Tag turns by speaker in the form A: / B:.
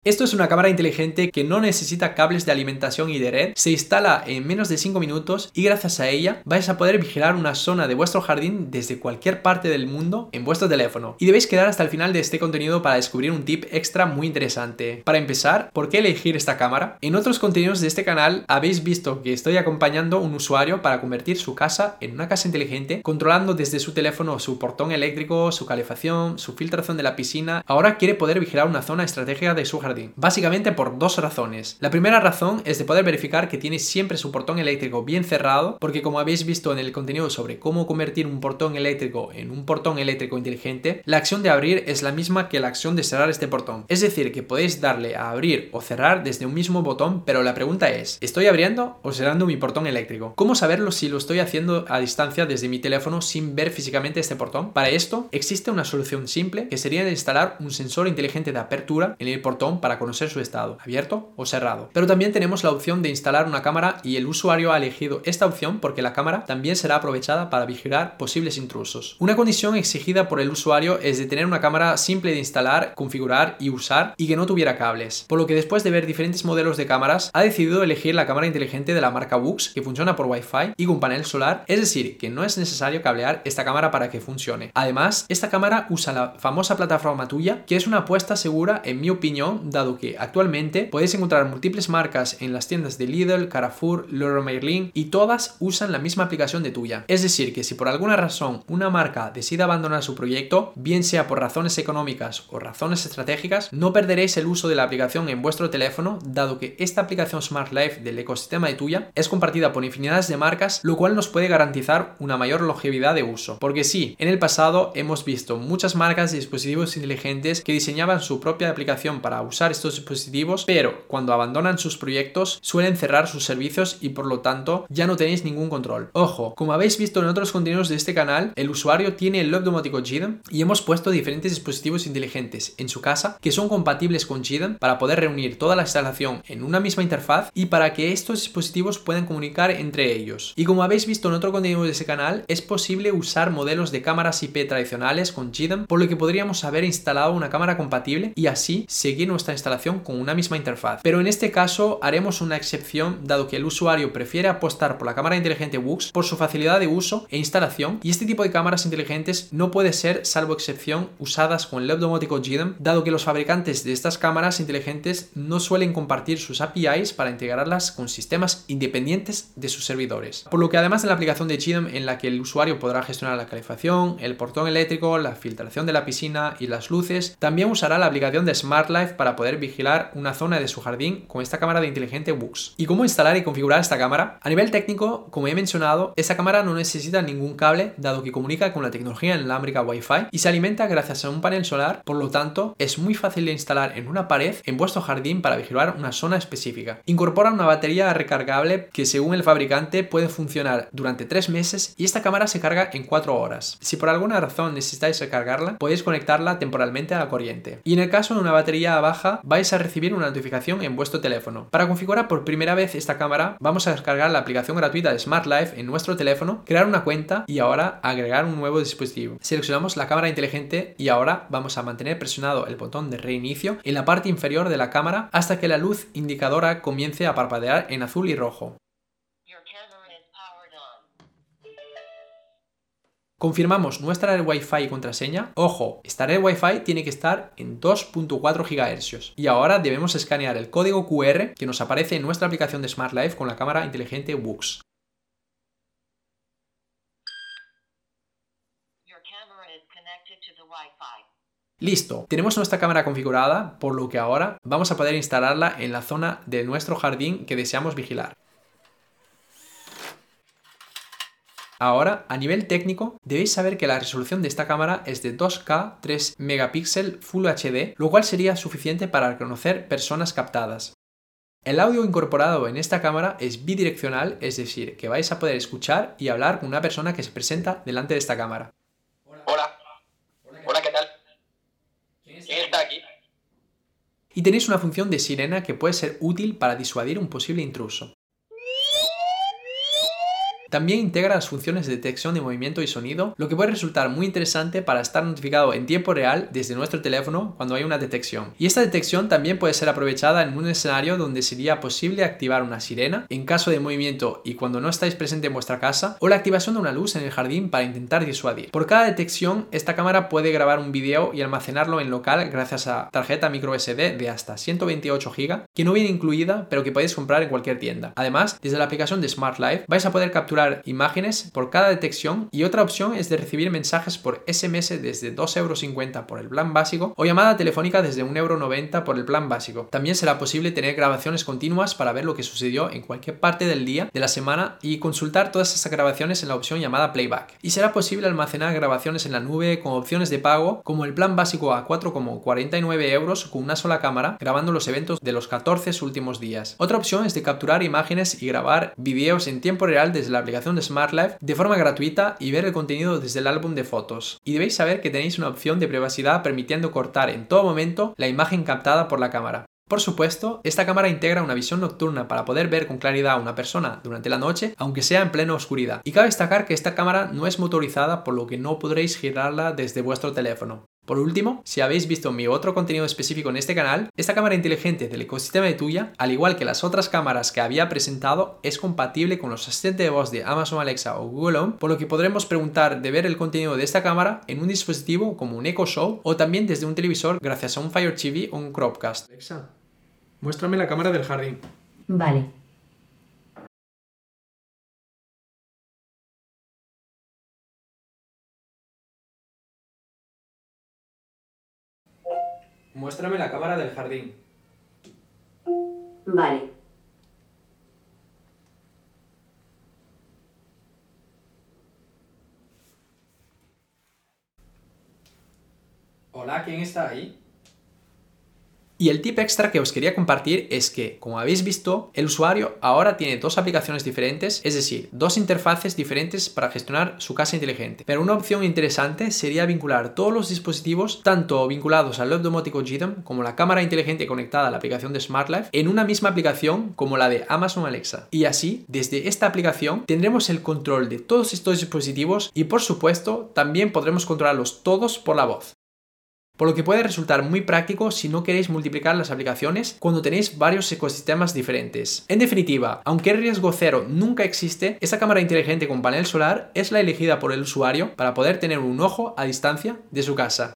A: Esto es una cámara inteligente que no necesita cables de alimentación y de red, se instala en menos de 5 minutos y gracias a ella vais a poder vigilar una zona de vuestro jardín desde cualquier parte del mundo en vuestro teléfono. Y debéis quedar hasta el final de este contenido para descubrir un tip extra muy interesante. Para empezar, ¿por qué elegir esta cámara? En otros contenidos de este canal habéis visto que estoy acompañando a un usuario para convertir su casa en una casa inteligente, controlando desde su teléfono su portón eléctrico, su calefacción, su filtración de la piscina. Ahora quiere poder vigilar una zona estratégica de su jardín. Básicamente por dos razones. La primera razón es de poder verificar que tiene siempre su portón eléctrico bien cerrado, porque como habéis visto en el contenido sobre cómo convertir un portón eléctrico en un portón eléctrico inteligente, la acción de abrir es la misma que la acción de cerrar este portón. Es decir, que podéis darle a abrir o cerrar desde un mismo botón, pero la pregunta es, ¿estoy abriendo o cerrando mi portón eléctrico? ¿Cómo saberlo si lo estoy haciendo a distancia desde mi teléfono sin ver físicamente este portón? Para esto existe una solución simple que sería de instalar un sensor inteligente de apertura en el portón para conocer su estado, abierto o cerrado. Pero también tenemos la opción de instalar una cámara y el usuario ha elegido esta opción porque la cámara también será aprovechada para vigilar posibles intrusos. Una condición exigida por el usuario es de tener una cámara simple de instalar, configurar y usar y que no tuviera cables, por lo que después de ver diferentes modelos de cámaras ha decidido elegir la cámara inteligente de la marca Wux que funciona por Wi-Fi y con panel solar, es decir, que no es necesario cablear esta cámara para que funcione. Además, esta cámara usa la famosa plataforma Tuya, que es una apuesta segura en mi opinión, dado que actualmente podéis encontrar múltiples marcas en las tiendas de Lidl, Carrefour, Leroy Merlin y todas usan la misma aplicación de Tuya. Es decir, que si por alguna razón una marca decide abandonar su proyecto, bien sea por razones económicas o razones estratégicas, no perderéis el uso de la aplicación en vuestro teléfono, dado que esta aplicación Smart Life del ecosistema de Tuya es compartida por infinidades de marcas, lo cual nos puede garantizar una mayor longevidad de uso. Porque sí, en el pasado hemos visto muchas marcas de dispositivos inteligentes que diseñaban su propia aplicación para usar estos dispositivos, pero cuando abandonan sus proyectos suelen cerrar sus servicios y por lo tanto ya no tenéis ningún control. Ojo, como habéis visto en otros contenidos de este canal, el usuario tiene el lock domótico JIDM y hemos puesto diferentes dispositivos inteligentes en su casa que son compatibles con JIDM para poder reunir toda la instalación en una misma interfaz y para que estos dispositivos puedan comunicar entre ellos. Y como habéis visto en otro contenido de este canal, es posible usar modelos de cámaras IP tradicionales con JIDM, por lo que podríamos haber instalado una cámara compatible y así seguir nuestra instalación con una misma interfaz. Pero en este caso haremos una excepción, dado que el usuario prefiere apostar por la cámara inteligente Wux por su facilidad de uso e instalación, y este tipo de cámaras inteligentes no puede ser, salvo excepción, usadas con el domótico JIDM, dado que los fabricantes de estas cámaras inteligentes no suelen compartir sus APIs para integrarlas con sistemas independientes de sus servidores. Por lo que además de la aplicación de JIDM en la que el usuario podrá gestionar la calefacción, el portón eléctrico, la filtración de la piscina y las luces, también usará la aplicación de Smart Life para poder vigilar una zona de su jardín con esta cámara de inteligente Wux. ¿Y cómo instalar y configurar esta cámara? A nivel técnico, como he mencionado, esta cámara no necesita ningún cable, dado que comunica con la tecnología inalámbrica Wi-Fi y se alimenta gracias a un panel solar, por lo tanto es muy fácil de instalar en una pared en vuestro jardín para vigilar una zona específica. Incorpora una batería recargable que según el fabricante puede funcionar durante 3 meses y esta cámara se carga en 4 horas. Si por alguna razón necesitáis recargarla, podéis conectarla temporalmente a la corriente. Y en el caso de una batería baja, vais a recibir una notificación en vuestro teléfono. Para configurar por primera vez esta cámara, vamos a descargar la aplicación gratuita de Smart Life en nuestro teléfono, crear una cuenta y ahora agregar un nuevo dispositivo. Seleccionamos la cámara inteligente y ahora vamos a mantener presionado el botón de reinicio en la parte inferior de la cámara hasta que la luz indicadora comience a parpadear en azul y rojo. Confirmamos nuestra red Wi-Fi y contraseña. Ojo, esta red Wi-Fi tiene que estar en 2.4 GHz. Y ahora debemos escanear el código QR que nos aparece en nuestra aplicación de Smart Life con la cámara inteligente Wux. Listo, tenemos nuestra cámara configurada, por lo que ahora vamos a poder instalarla en la zona de nuestro jardín que deseamos vigilar. Ahora, a nivel técnico, debéis saber que la resolución de esta cámara es de 2K 3 megapíxeles Full HD, lo cual sería suficiente para reconocer personas captadas. El audio incorporado en esta cámara es bidireccional, es decir, que vais a poder escuchar y hablar con una persona que se presenta delante de esta cámara.
B: Hola. Hola, ¿qué tal? ¿Quién está aquí?
A: Y tenéis una función de sirena que puede ser útil para disuadir un posible intruso. También integra las funciones de detección de movimiento y sonido, lo que puede resultar muy interesante para estar notificado en tiempo real desde nuestro teléfono cuando hay una detección. Y esta detección también puede ser aprovechada en un escenario donde sería posible activar una sirena en caso de movimiento y cuando no estáis presente en vuestra casa, o la activación de una luz en el jardín para intentar disuadir. Por cada detección, esta cámara puede grabar un vídeo y almacenarlo en local gracias a tarjeta micro SD de hasta 128 GB, que no viene incluida pero que podéis comprar en cualquier tienda. Además, desde la aplicación de Smart Life vais a poder capturar imágenes por cada detección, y otra opción es de recibir mensajes por SMS desde 2,50 € por el plan básico o llamada telefónica desde 1,90 € por el plan básico. También será posible tener grabaciones continuas para ver lo que sucedió en cualquier parte del día, de la semana, y consultar todas esas grabaciones en la opción llamada Playback. Y será posible almacenar grabaciones en la nube con opciones de pago como el plan básico a 4,49 € con una sola cámara, grabando los eventos de los 14 últimos días. Otra opción es de capturar imágenes y grabar vídeos en tiempo real desde la aplicación de Smart Life de forma gratuita y ver el contenido desde el álbum de fotos. Y debéis saber que tenéis una opción de privacidad permitiendo cortar en todo momento la imagen captada por la cámara. Por supuesto, esta cámara integra una visión nocturna para poder ver con claridad a una persona durante la noche, aunque sea en plena oscuridad. Y cabe destacar que esta cámara no es motorizada, por lo que no podréis girarla desde vuestro teléfono. Por último, si habéis visto mi otro contenido específico en este canal, esta cámara inteligente del ecosistema de Tuya, al igual que las otras cámaras que había presentado, es compatible con los asistentes de voz de Amazon Alexa o Google Home, por lo que podremos preguntar de ver el contenido de esta cámara en un dispositivo como un Echo Show o también desde un televisor gracias a un Fire TV o un Chromecast. Alexa, muéstrame la cámara del jardín.
C: Vale.
A: Muéstrame la cámara del jardín.
C: Vale.
A: Hola, ¿quién está ahí? Y el tip extra que os quería compartir es que, como habéis visto, el usuario ahora tiene dos aplicaciones diferentes, es decir, dos interfaces diferentes para gestionar su casa inteligente. Pero una opción interesante sería vincular todos los dispositivos, tanto vinculados al LED domótico JIDOM como la cámara inteligente conectada a la aplicación de Smart Life, en una misma aplicación como la de Amazon Alexa. Y así, desde esta aplicación, tendremos el control de todos estos dispositivos y, por supuesto, también podremos controlarlos todos por la voz. Por lo que puede resultar muy práctico si no queréis multiplicar las aplicaciones cuando tenéis varios ecosistemas diferentes. En definitiva, aunque el riesgo cero nunca existe, esta cámara inteligente con panel solar es la elegida por el usuario para poder tener un ojo a distancia de su casa.